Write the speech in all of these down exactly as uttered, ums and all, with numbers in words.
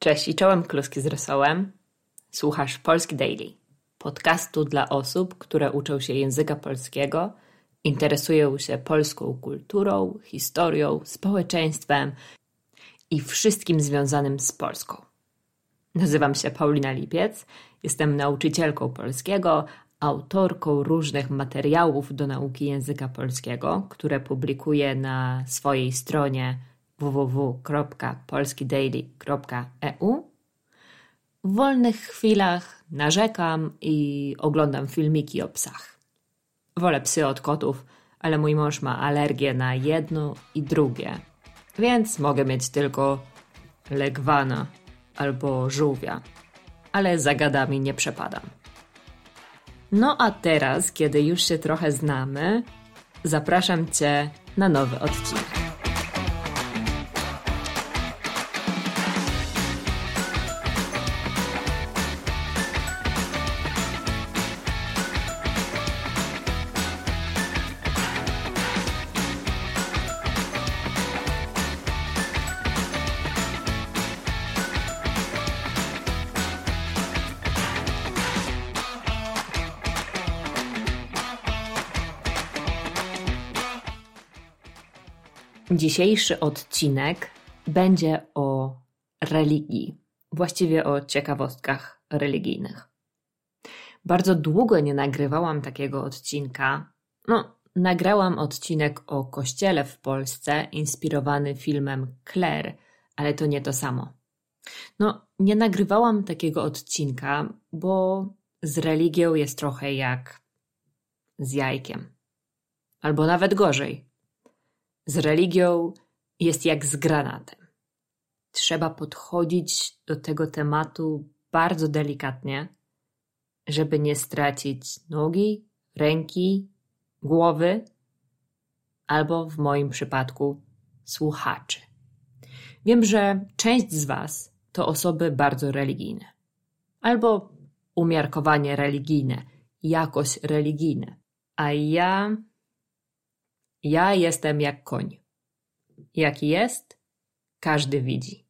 Cześć i czołem kluski z rosołem. Słuchasz Polski Daily, podcastu dla osób, które uczą się języka polskiego, interesują się polską kulturą, historią, społeczeństwem i wszystkim związanym z Polską. Nazywam się Paulina Lipiec, jestem nauczycielką polskiego, autorką różnych materiałów do nauki języka polskiego, które publikuję na swojej stronie w w w kropka polskidaily kropka e u. W wolnych chwilach narzekam i oglądam filmiki o psach. Wolę psy od kotów, ale mój mąż ma alergię na jedno i drugie, więc mogę mieć tylko legwana albo żółwia, ale za gadami nie przepadam. No a teraz, kiedy już się trochę znamy, zapraszam Cię na nowy odcinek. Dzisiejszy odcinek będzie o religii, właściwie o ciekawostkach religijnych. Bardzo długo nie nagrywałam takiego odcinka. No, nagrałam odcinek o kościele w Polsce, inspirowany filmem Claire, ale to nie to samo. No, nie nagrywałam takiego odcinka, bo z religią jest trochę jak z jajkiem. Albo nawet gorzej. Z religią jest jak z granatem. Trzeba podchodzić do tego tematu bardzo delikatnie, żeby nie stracić nogi, ręki, głowy, albo w moim przypadku słuchaczy. Wiem, że część z Was to osoby bardzo religijne, albo umiarkowanie religijne, jakoś religijne, a ja... Ja jestem jak koń. Jaki jest, każdy widzi.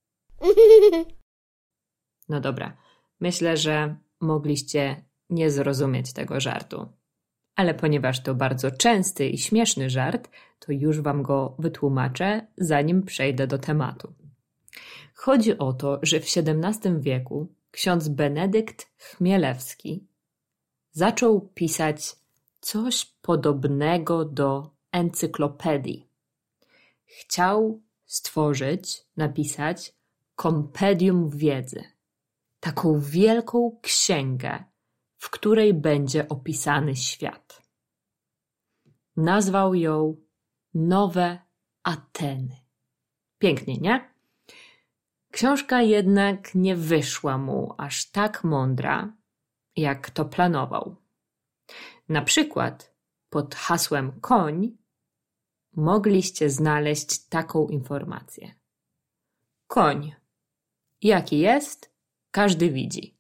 No dobra, myślę, że mogliście nie zrozumieć tego żartu. Ale ponieważ to bardzo częsty i śmieszny żart, to już Wam go wytłumaczę, zanim przejdę do tematu. Chodzi o to, że w siedemnastym wieku ksiądz Benedykt Chmielewski zaczął pisać coś podobnego do encyklopedii. Chciał stworzyć, napisać kompedium wiedzy. Taką wielką księgę, w której będzie opisany świat. Nazwał ją Nowe Ateny. Pięknie, nie? Książka jednak nie wyszła mu aż tak mądra, jak to planował. Na przykład pod hasłem koń mogliście znaleźć taką informację. Koń. Jaki jest, każdy widzi.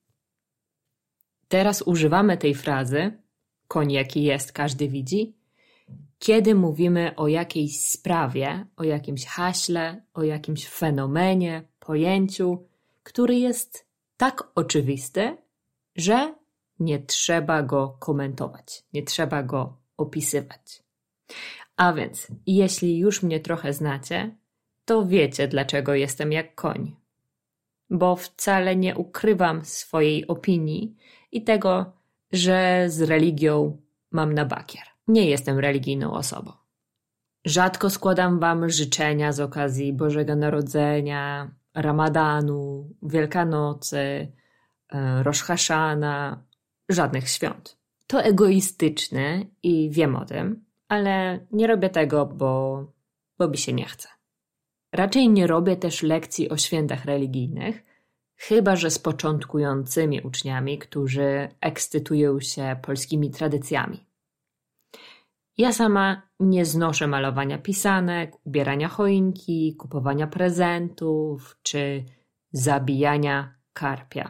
Teraz używamy tej frazy, koń jaki jest, każdy widzi, kiedy mówimy o jakiejś sprawie, o jakimś haśle, o jakimś fenomenie, pojęciu, który jest tak oczywisty, że nie trzeba go komentować, nie trzeba go opisywać. A więc, jeśli już mnie trochę znacie, to wiecie, dlaczego jestem jak koń. Bo wcale nie ukrywam swojej opinii i tego, że z religią mam na bakier. Nie jestem religijną osobą. Rzadko składam Wam życzenia z okazji Bożego Narodzenia, Ramadanu, Wielkanocy, Rosh Haszana, żadnych świąt. To egoistyczne i wiem o tym, ale nie robię tego, bo, bo mi się nie chce. Raczej nie robię też lekcji o świętach religijnych, chyba że z początkującymi uczniami, którzy ekscytują się polskimi tradycjami. Ja sama nie znoszę malowania pisanek, ubierania choinki, kupowania prezentów czy zabijania karpia.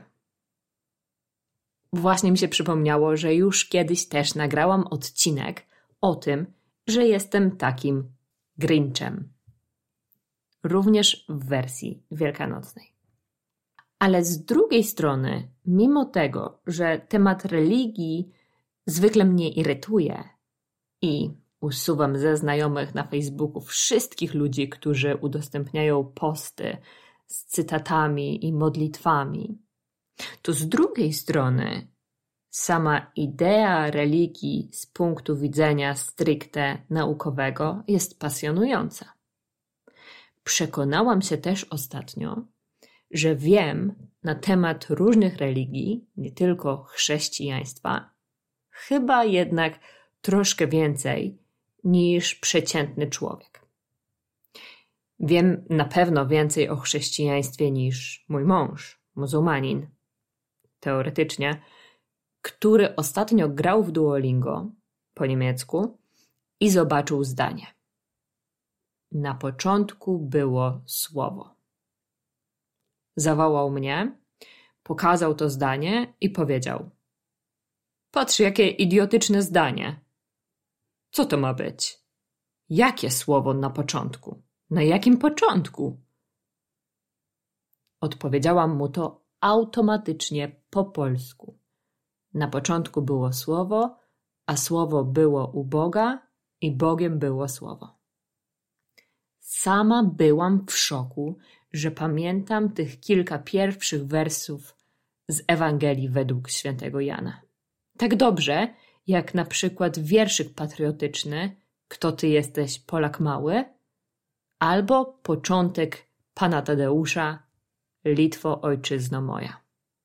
Właśnie mi się przypomniało, że już kiedyś też nagrałam odcinek o tym, że jestem takim Grinchem. Również w wersji wielkanocnej. Ale z drugiej strony, mimo tego, że temat religii zwykle mnie irytuje i usuwam ze znajomych na Facebooku wszystkich ludzi, którzy udostępniają posty z cytatami i modlitwami, to z drugiej strony sama idea religii z punktu widzenia stricte naukowego jest pasjonująca. Przekonałam się też ostatnio, że wiem na temat różnych religii, nie tylko chrześcijaństwa, chyba jednak troszkę więcej niż przeciętny człowiek. Wiem na pewno więcej o chrześcijaństwie niż mój mąż, muzułmanin, teoretycznie, który ostatnio grał w Duolingo po niemiecku i zobaczył zdanie. Na początku było słowo. Zawołał mnie, pokazał to zdanie i powiedział: patrz, jakie idiotyczne zdanie. Co to ma być? Jakie słowo na początku? Na jakim początku? Odpowiedziałam mu to automatycznie po polsku. Na początku było słowo, a słowo było u Boga i Bogiem było słowo. Sama byłam w szoku, że pamiętam tych kilka pierwszych wersów z Ewangelii według świętego Jana. Tak dobrze, jak na przykład wierszyk patriotyczny Kto ty jesteś, Polak mały? Albo początek Pana Tadeusza Litwo, ojczyzno moja.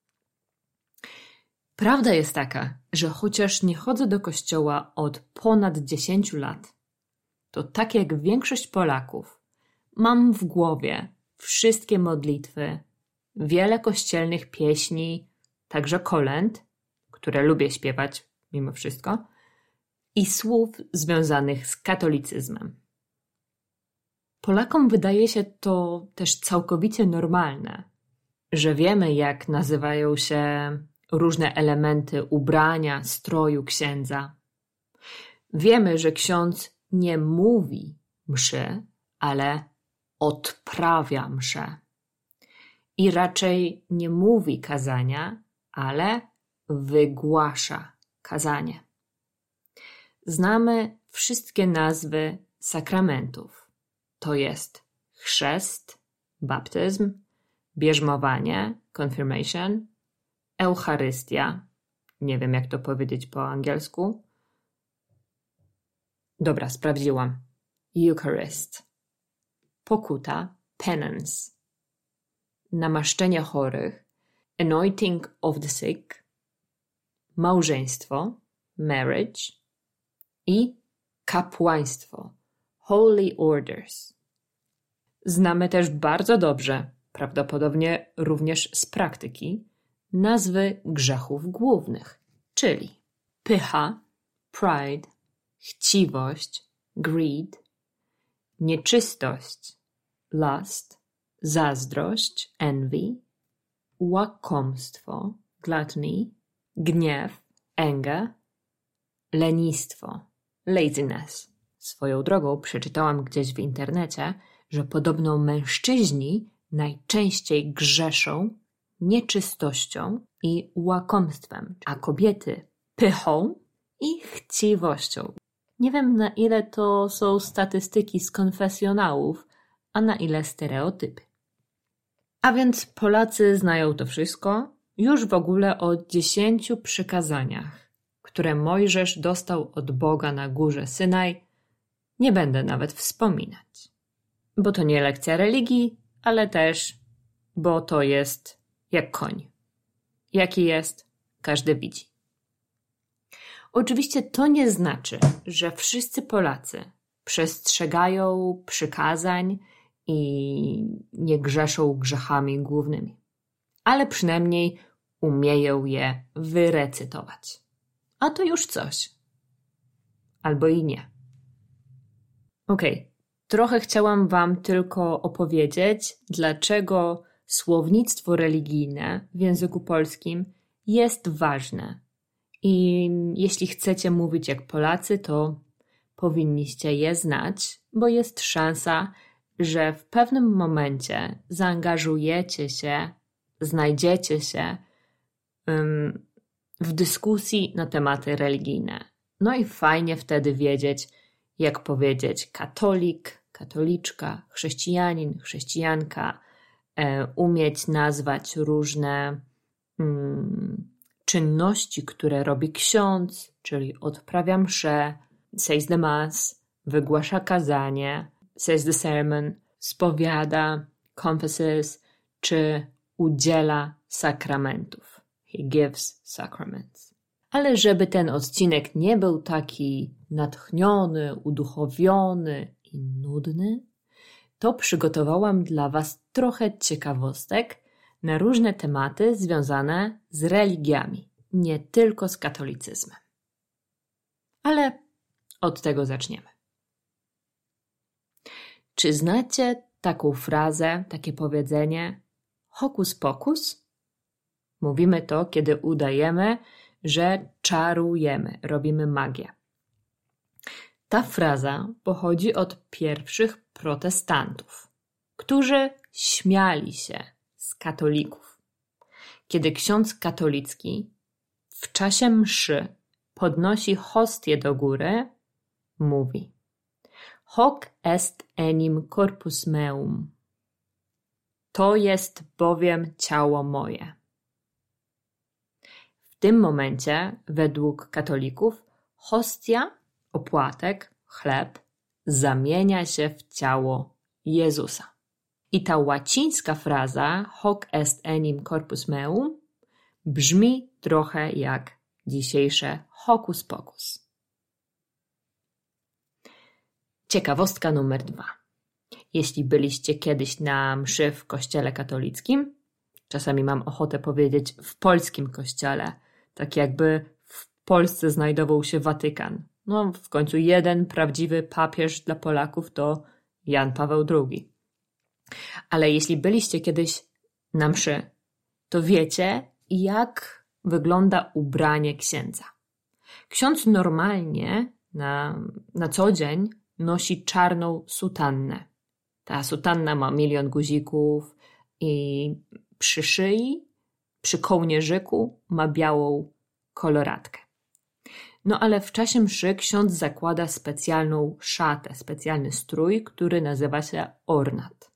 Prawda jest taka, że chociaż nie chodzę do kościoła od ponad dziesięciu lat, to tak jak większość Polaków mam w głowie wszystkie modlitwy, wiele kościelnych pieśni, także kolęd, które lubię śpiewać mimo wszystko, i słów związanych z katolicyzmem. Polakom wydaje się to też całkowicie normalne, że wiemy, jak nazywają się różne elementy ubrania, stroju księdza. Wiemy, że ksiądz nie mówi mszy, ale odprawia mszę. I raczej nie mówi kazania, ale wygłasza kazanie. Znamy wszystkie nazwy sakramentów. To jest chrzest, baptyzm, bierzmowanie, confirmation, Eucharystia, nie wiem jak to powiedzieć po angielsku. Dobra, sprawdziłam. Eucharist. Pokuta, penance. Namaszczenie chorych, anointing of the sick, małżeństwo, marriage i kapłaństwo, holy orders. Znamy też bardzo dobrze, prawdopodobnie również z praktyki, nazwy grzechów głównych, czyli pycha, pride, chciwość, greed, nieczystość, lust, zazdrość, envy, łakomstwo, gluttony, gniew, anger, lenistwo, laziness. Swoją drogą przeczytałam gdzieś w internecie, że podobno mężczyźni najczęściej grzeszą nieczystością i łakomstwem, a kobiety pychą i chciwością. Nie wiem, na ile to są statystyki z konfesjonałów, a na ile stereotypy. A więc Polacy znają to wszystko, już w ogóle o dziesięciu przykazaniach, które Mojżesz dostał od Boga na górze Synaj, nie będę nawet wspominać. Bo to nie lekcja religii, ale też, bo to jest jak koń. Jaki jest, każdy widzi. Oczywiście to nie znaczy, że wszyscy Polacy przestrzegają przykazań i nie grzeszą grzechami głównymi. Ale przynajmniej umieją je wyrecytować. A to już coś. Albo i nie. Okej, okay. Trochę chciałam wam tylko opowiedzieć, dlaczego słownictwo religijne w języku polskim jest ważne. I jeśli chcecie mówić jak Polacy, to powinniście je znać, bo jest szansa, że w pewnym momencie zaangażujecie się znajdziecie się um, w dyskusji na tematy religijne. No i fajnie wtedy wiedzieć, jak powiedzieć katolik, katoliczka, chrześcijanin, chrześcijanka, e, umieć nazwać różne mm, czynności, które robi ksiądz, czyli odprawia mszę, says the mass, wygłasza kazanie, says the sermon, spowiada, confesses, czy udziela sakramentów. He gives sacraments. Ale żeby ten odcinek nie był taki natchniony, uduchowiony i nudny, to przygotowałam dla Was trochę ciekawostek na różne tematy związane z religiami, nie tylko z katolicyzmem. Ale od tego zaczniemy. Czy znacie taką frazę, takie powiedzenie hokus pokus? Mówimy to, kiedy udajemy, że czarujemy, robimy magię. Ta fraza pochodzi od pierwszych protestantów, którzy śmiali się z katolików. Kiedy ksiądz katolicki w czasie mszy podnosi hostię do góry, mówi: Hoc est enim corpus meum. To jest bowiem ciało moje. W tym momencie, według katolików, hostia, opłatek, chleb zamienia się w ciało Jezusa. I ta łacińska fraza hoc est enim corpus meum brzmi trochę jak dzisiejsze hokus pokus. Ciekawostka numer dwa. Jeśli byliście kiedyś na mszy w kościele katolickim, czasami mam ochotę powiedzieć w polskim kościele, tak jakby w Polsce znajdował się Watykan. No w końcu jeden prawdziwy papież dla Polaków to Jan Paweł drugi. Ale jeśli byliście kiedyś na mszy, to wiecie, jak wygląda ubranie księdza. Ksiądz normalnie na, na co dzień nosi czarną sutannę. Ta sutanna ma milion guzików i przy szyi, przy kołnierzyku ma białą koloratkę. No ale w czasie mszy ksiądz zakłada specjalną szatę, specjalny strój, który nazywa się ornat.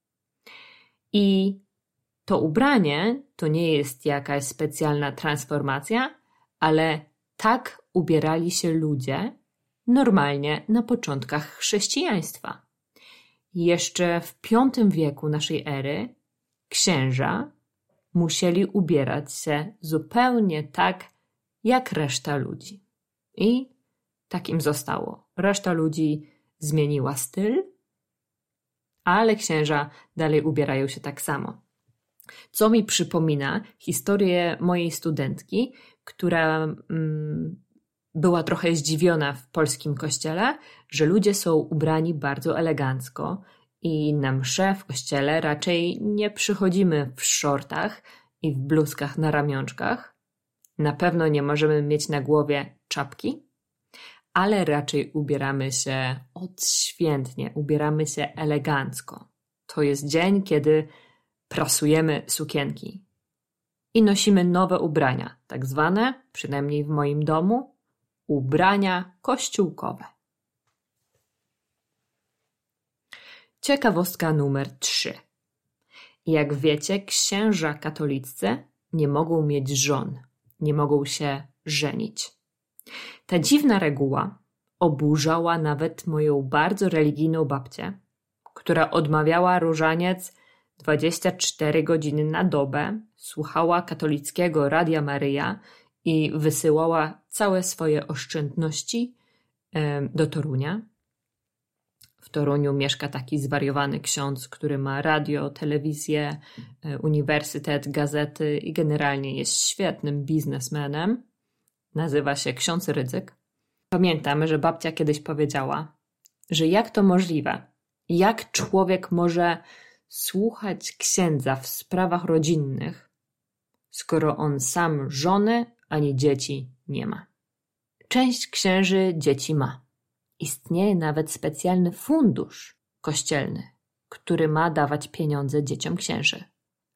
I to ubranie to nie jest jakaś specjalna transformacja, ale tak ubierali się ludzie normalnie na początkach chrześcijaństwa. Jeszcze w piątym wieku naszej ery księża musieli ubierać się zupełnie tak, jak reszta ludzi. I tak im zostało. Reszta ludzi zmieniła styl, ale księża dalej ubierają się tak samo. Co mi przypomina historię mojej studentki, która mm, była trochę zdziwiona w polskim kościele, że ludzie są ubrani bardzo elegancko i na mszę w kościele raczej nie przychodzimy w shortach i w bluzkach na ramionczkach. Na pewno nie możemy mieć na głowie czapki, ale raczej ubieramy się odświętnie, ubieramy się elegancko. To jest dzień, kiedy prasujemy sukienki i nosimy nowe ubrania, tak zwane, przynajmniej w moim domu, ubrania kościółkowe. Ciekawostka numer trzy. Jak wiecie, księża katoliccy nie mogą mieć żon, nie mogą się żenić. Ta dziwna reguła oburzała nawet moją bardzo religijną babcię, która odmawiała różaniec dwadzieścia cztery godziny na dobę, słuchała katolickiego Radia Maryja i wysyłała całe swoje oszczędności do Torunia. W Toruniu mieszka taki zwariowany ksiądz, który ma radio, telewizję, uniwersytet, gazety i generalnie jest świetnym biznesmenem. Nazywa się ksiądz Rydzyk. Pamiętam, że babcia kiedyś powiedziała, że jak to możliwe? Jak człowiek może słuchać księdza w sprawach rodzinnych, skoro on sam żony ani dzieci nie ma? Część księży dzieci ma. Istnieje nawet specjalny fundusz kościelny, który ma dawać pieniądze dzieciom księży.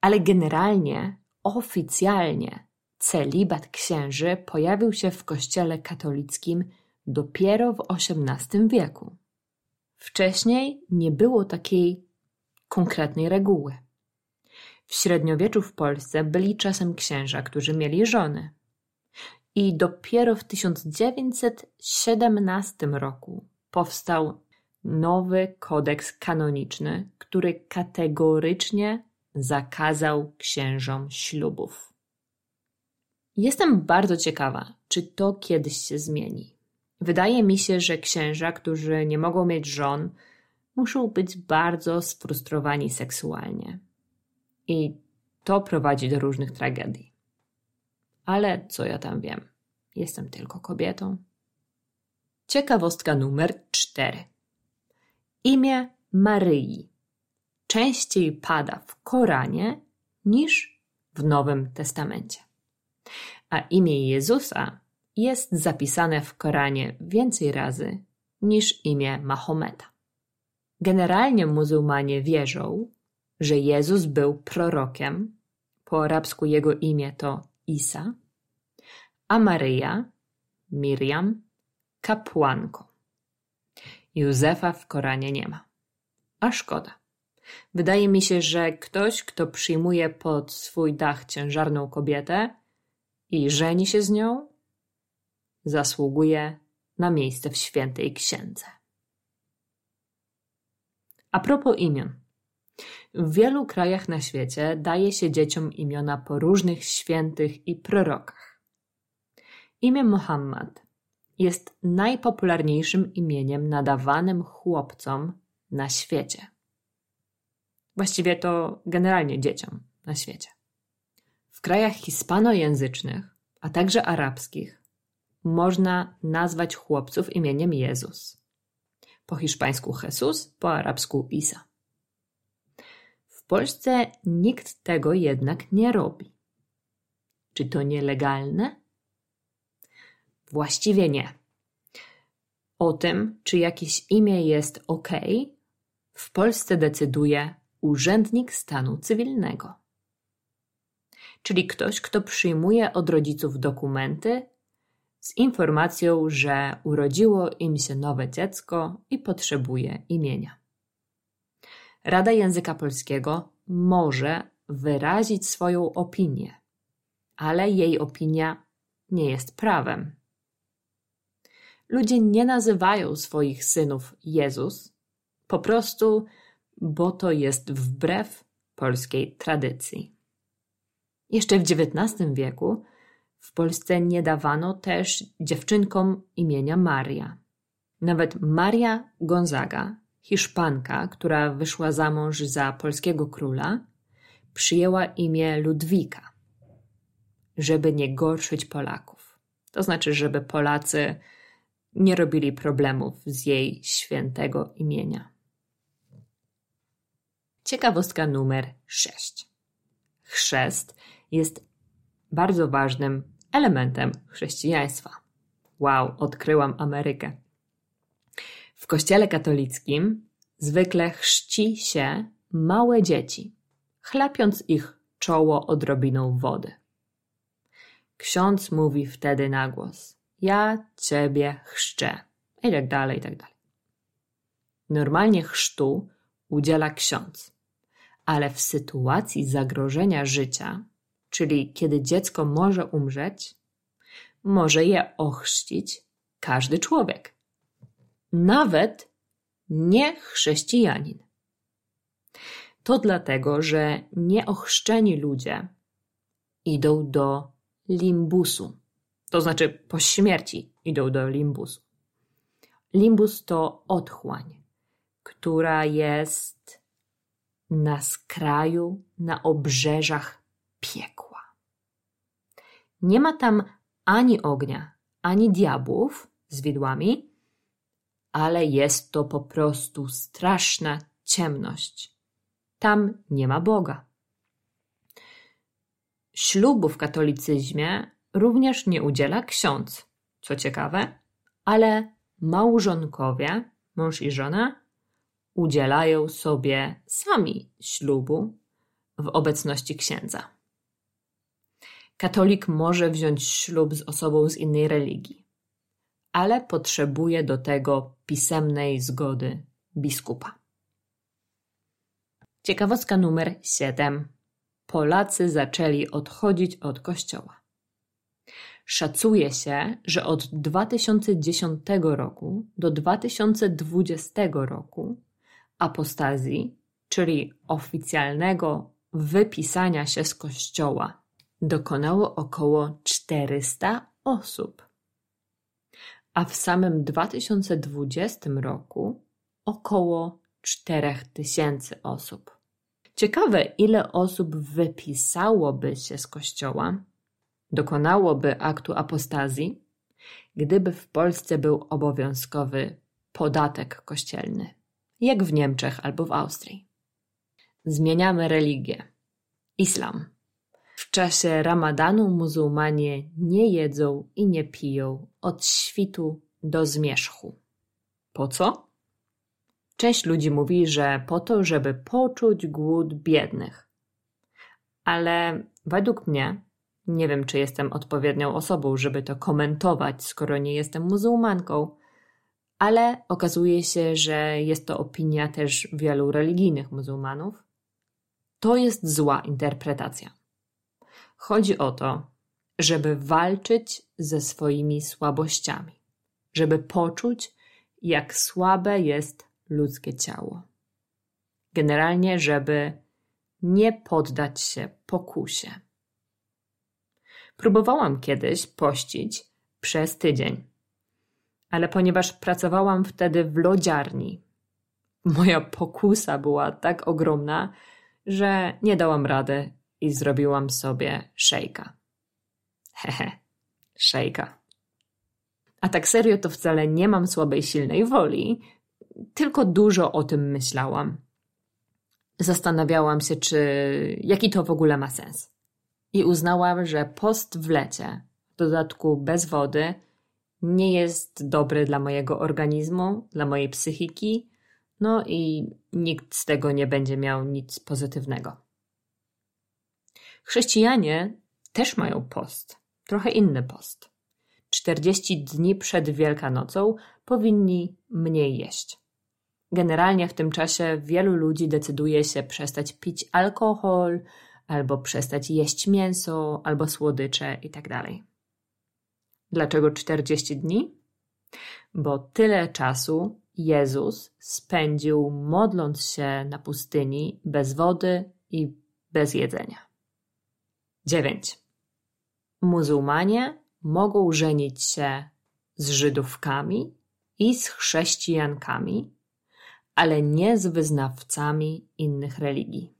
Ale generalnie, oficjalnie celibat księży pojawił się w kościele katolickim dopiero w osiemnastym wieku. Wcześniej nie było takiej konkretnej reguły. W średniowieczu w Polsce byli czasem księża, którzy mieli żony. I dopiero w tysiąc dziewięćset siedemnastym roku powstał nowy kodeks kanoniczny, który kategorycznie zakazał księżom ślubów. Jestem bardzo ciekawa, czy to kiedyś się zmieni. Wydaje mi się, że księża, którzy nie mogą mieć żon, muszą być bardzo sfrustrowani seksualnie. I to prowadzi do różnych tragedii. Ale co ja tam wiem? Jestem tylko kobietą. Ciekawostka numer cztery. Imię Maryi częściej pada w Koranie niż w Nowym Testamencie. A imię Jezusa jest zapisane w Koranie więcej razy niż imię Mahometa. Generalnie muzułmanie wierzą, że Jezus był prorokiem, po arabsku jego imię to Isa, a Maryja, Miriam, kapłanką. Józefa w Koranie nie ma. A szkoda. Wydaje mi się, że ktoś, kto przyjmuje pod swój dach ciężarną kobietę i żeni się z nią, zasługuje na miejsce w świętej księdze. A propos imion. W wielu krajach na świecie daje się dzieciom imiona po różnych świętych i prorokach. Imię Muhammad jest najpopularniejszym imieniem nadawanym chłopcom na świecie. Właściwie to generalnie dzieciom na świecie. W krajach hispanojęzycznych, a także arabskich, można nazwać chłopców imieniem Jezus. Po hiszpańsku Jesus, po arabsku Isa. W Polsce nikt tego jednak nie robi. Czy to nielegalne? Właściwie nie. O tym, czy jakieś imię jest ok, w Polsce decyduje urzędnik stanu cywilnego. Czyli ktoś, kto przyjmuje od rodziców dokumenty z informacją, że urodziło im się nowe dziecko i potrzebuje imienia. Rada Języka Polskiego może wyrazić swoją opinię, ale jej opinia nie jest prawem. Ludzie nie nazywają swoich synów Jezus, po prostu, bo to jest wbrew polskiej tradycji. Jeszcze w dziewiętnastym wieku w Polsce nie dawano też dziewczynkom imienia Maria. Nawet Maria Gonzaga, Hiszpanka, która wyszła za mąż za polskiego króla, przyjęła imię Ludwika, żeby nie gorszyć Polaków. To znaczy, żeby Polacy nie robili problemów z jej świętego imienia. Ciekawostka numer sześć. Chrzest jest bardzo ważnym elementem chrześcijaństwa. Wow, odkryłam Amerykę. W kościele katolickim zwykle chrzci się małe dzieci, chlapiąc ich czoło odrobiną wody. Ksiądz mówi wtedy na głos: ja ciebie chrzczę. I tak dalej, i tak dalej. Normalnie chrztu udziela ksiądz, ale w sytuacji zagrożenia życia, czyli kiedy dziecko może umrzeć, może je ochrzcić każdy człowiek. Nawet nie chrześcijanin. To dlatego, że nieochrzczeni ludzie idą do limbusu. To znaczy po śmierci idą do limbusu. Limbus to otchłań, która jest na skraju, na obrzeżach piekła. Nie ma tam ani ognia, ani diabłów z widłami, ale jest to po prostu straszna ciemność. Tam nie ma Boga. Ślubu w katolicyzmie również nie udziela ksiądz, co ciekawe, ale małżonkowie, mąż i żona, udzielają sobie sami ślubu w obecności księdza. Katolik może wziąć ślub z osobą z innej religii, ale potrzebuje do tego pisemnej zgody biskupa. Ciekawostka numer siedem. Polacy zaczęli odchodzić od kościoła. Szacuje się, że od dwa tysiące dziesiątego roku do dwa tysiące dwudziestego roku apostazji, czyli oficjalnego wypisania się z kościoła, dokonało około czterysta osób, a w samym dwa tysiące dwudziestym roku około cztery tysiące osób. Ciekawe, ile osób wypisałoby się z kościoła, dokonałoby aktu apostazji, gdyby w Polsce był obowiązkowy podatek kościelny, jak w Niemczech albo w Austrii. Zmieniamy religię. Islam. W czasie ramadanu muzułmanie nie jedzą i nie piją od świtu do zmierzchu. Po co? Część ludzi mówi, że po to, żeby poczuć głód biednych. Ale według mnie, nie wiem, czy jestem odpowiednią osobą, żeby to komentować, skoro nie jestem muzułmanką, ale okazuje się, że jest to opinia też wielu religijnych muzułmanów. To jest zła interpretacja. Chodzi o to, żeby walczyć ze swoimi słabościami, żeby poczuć, jak słabe jest ludzkie ciało. Generalnie, żeby nie poddać się pokusie. Próbowałam kiedyś pościć przez tydzień, ale ponieważ pracowałam wtedy w lodziarni, moja pokusa była tak ogromna, że nie dałam rady i zrobiłam sobie szejka. Hehe, szejka. A tak serio to wcale nie mam słabej, silnej woli, tylko dużo o tym myślałam. Zastanawiałam się, czy jaki to w ogóle ma sens. I uznałam, że post w lecie, w dodatku bez wody, nie jest dobry dla mojego organizmu, dla mojej psychiki, no i nikt z tego nie będzie miał nic pozytywnego. Chrześcijanie też mają post, trochę inny post. czterdzieści dni przed Wielkanocą powinni mniej jeść. Generalnie w tym czasie wielu ludzi decyduje się przestać pić alkohol, albo przestać jeść mięso, albo słodycze itd. Dlaczego czterdzieści dni? Bo tyle czasu Jezus spędził modląc się na pustyni bez wody i bez jedzenia. dziewięć. Muzułmanie mogą żenić się z Żydówkami i z chrześcijankami, ale nie z wyznawcami innych religii.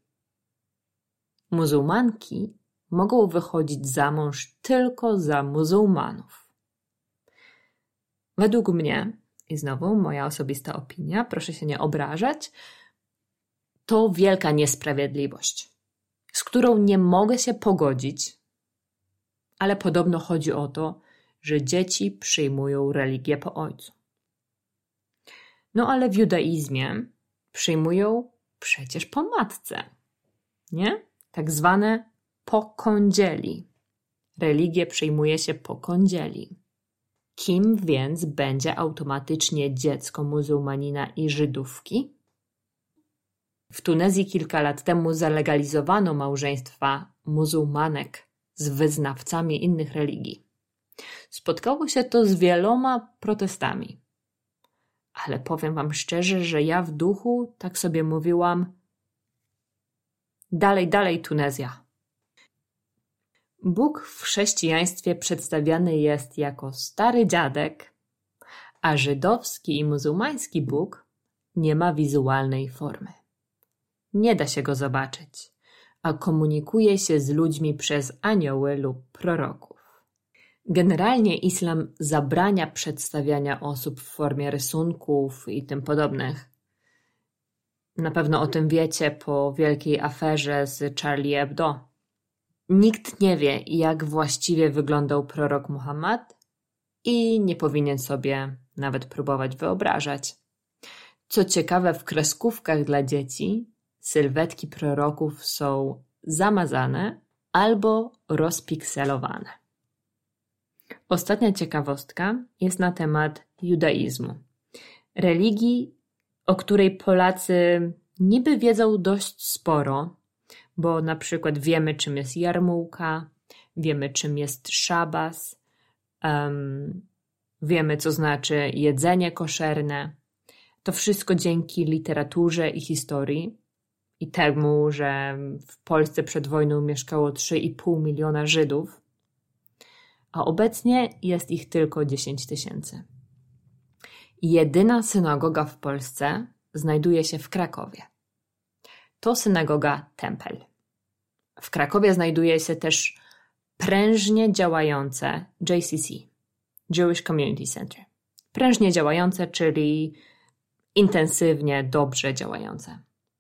Muzułmanki mogą wychodzić za mąż tylko za muzułmanów. Według mnie, i znowu moja osobista opinia, proszę się nie obrażać, to wielka niesprawiedliwość, z którą nie mogę się pogodzić, ale podobno chodzi o to, że dzieci przyjmują religię po ojcu. No ale w judaizmie przyjmują przecież po matce, nie? Tak zwane po kądzieli. Religię przyjmuje się po kądzieli. Kim więc będzie automatycznie dziecko muzułmanina i Żydówki? W Tunezji kilka lat temu zalegalizowano małżeństwa muzułmanek z wyznawcami innych religii. Spotkało się to z wieloma protestami. Ale powiem wam szczerze, że ja w duchu tak sobie mówiłam: dalej, dalej Tunezja. Bóg w chrześcijaństwie przedstawiany jest jako stary dziadek, a żydowski i muzułmański Bóg nie ma wizualnej formy. Nie da się go zobaczyć, a komunikuje się z ludźmi przez anioły lub proroków. Generalnie islam zabrania przedstawiania osób w formie rysunków i tym podobnych. Na pewno o tym wiecie po wielkiej aferze z Charlie Hebdo. Nikt nie wie, jak właściwie wyglądał prorok Muhammad i nie powinien sobie nawet próbować wyobrażać. Co ciekawe, w kreskówkach dla dzieci sylwetki proroków są zamazane albo rozpikselowane. Ostatnia ciekawostka jest na temat judaizmu. Religii, o której Polacy niby wiedzą dość sporo, bo na przykład wiemy, czym jest jarmułka, wiemy, czym jest szabas, um, wiemy, co znaczy jedzenie koszerne. To wszystko dzięki literaturze i historii i temu, że w Polsce przed wojną mieszkało trzy i pół miliona Żydów, a obecnie jest ich tylko dziesięć tysięcy. Jedyna synagoga w Polsce znajduje się w Krakowie. To synagoga Tempel. W Krakowie znajduje się też prężnie działające J C C, Jewish Community Center. Prężnie działające, czyli intensywnie, dobrze działające.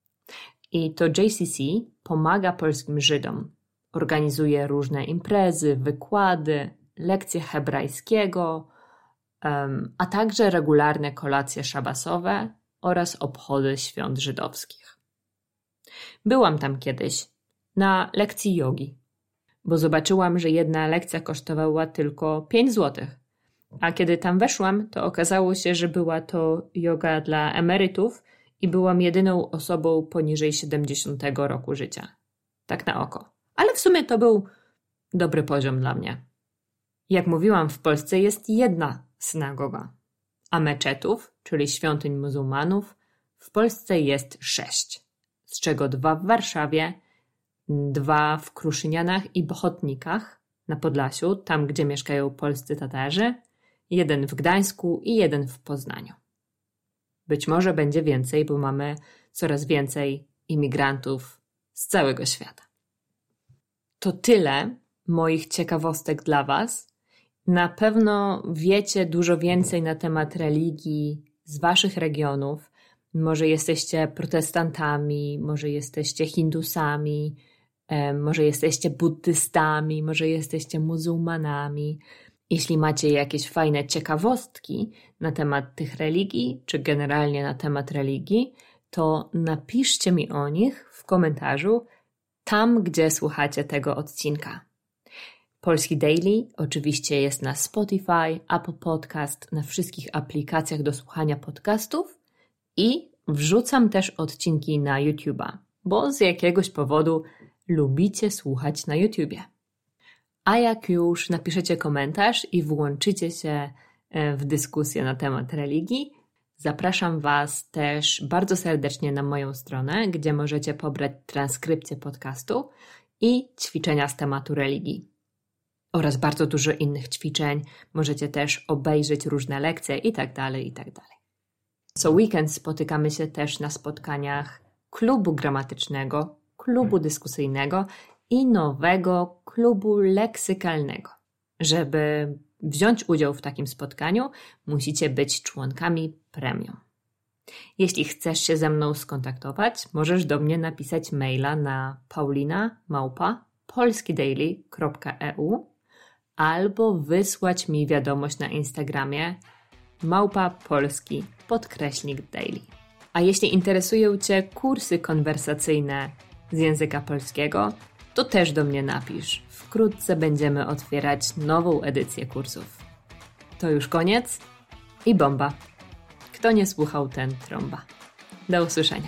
I to J C C pomaga polskim Żydom. Organizuje różne imprezy, wykłady, lekcje hebrajskiego, um, a także regularne kolacje szabasowe oraz obchody świąt żydowskich. Byłam tam kiedyś na lekcji jogi, bo zobaczyłam, że jedna lekcja kosztowała tylko pięć złotych. A kiedy tam weszłam, to okazało się, że była to joga dla emerytów i byłam jedyną osobą poniżej siedemdziesiątego roku życia. Tak na oko. Ale w sumie to był dobry poziom dla mnie. Jak mówiłam, w Polsce jest jedna synagoga, a meczetów, czyli świątyń muzułmanów, w Polsce jest sześć, z czego dwa w Warszawie, dwa w Kruszynianach i Bochotnikach na Podlasiu, tam gdzie mieszkają polscy Tatarzy, jeden w Gdańsku i jeden w Poznaniu. Być może będzie więcej, bo mamy coraz więcej imigrantów z całego świata. To tyle moich ciekawostek dla Was. Na pewno wiecie dużo więcej na temat religii z Waszych regionów. Może jesteście protestantami, może jesteście hindusami, może jesteście buddystami, może jesteście muzułmanami. Jeśli macie jakieś fajne ciekawostki na temat tych religii, czy generalnie na temat religii, to napiszcie mi o nich w komentarzu tam, gdzie słuchacie tego odcinka. Polski Daily oczywiście jest na Spotify, Apple Podcast, na wszystkich aplikacjach do słuchania podcastów i wrzucam też odcinki na YouTube'a, bo z jakiegoś powodu lubicie słuchać na YouTubie. A jak już napiszecie komentarz i włączycie się w dyskusję na temat religii, zapraszam Was też bardzo serdecznie na moją stronę, gdzie możecie pobrać transkrypcję podcastu i ćwiczenia z tematu religii. Oraz bardzo dużo innych ćwiczeń. Możecie też obejrzeć różne lekcje i tak dalej, i tak dalej. Co weekend spotykamy się też na spotkaniach klubu gramatycznego, klubu dyskusyjnego i nowego klubu leksykalnego. Żeby wziąć udział w takim spotkaniu, musicie być członkami premium. Jeśli chcesz się ze mną skontaktować, możesz do mnie napisać maila na paulina małpa polskidaily kropka e u albo wysłać mi wiadomość na Instagramie małpa polski podkreśnik daily. A jeśli interesują Cię kursy konwersacyjne z języka polskiego, to też do mnie napisz. Wkrótce będziemy otwierać nową edycję kursów. To już koniec i bomba. Kto nie słuchał, ten trąba. Do usłyszenia.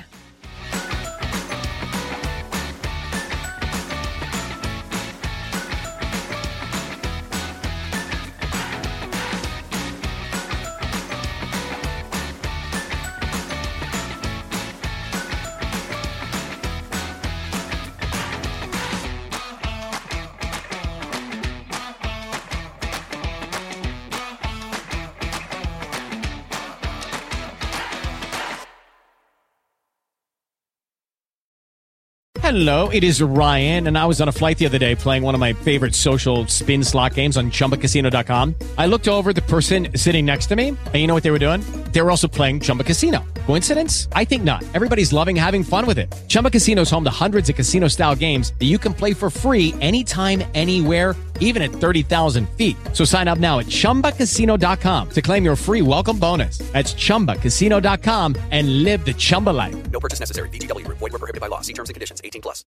Hello, it is Ryan, and I was on a flight the other day playing one of my favorite social spin slot games on chumba casino dot com. I looked over at the person sitting next to me, and you know what they were doing? They were also playing Chumba Casino. Coincidence? I think not. Everybody's loving having fun with it. Chumba Casino is home to hundreds of casino-style games that you can play for free anytime, anywhere, even at thirty thousand feet. So sign up now at chumba casino dot com to claim your free welcome bonus. That's chumba casino dot com and live the Chumba life. No purchase necessary. V G W. Void where prohibited by law. See terms and conditions. eighteen plus.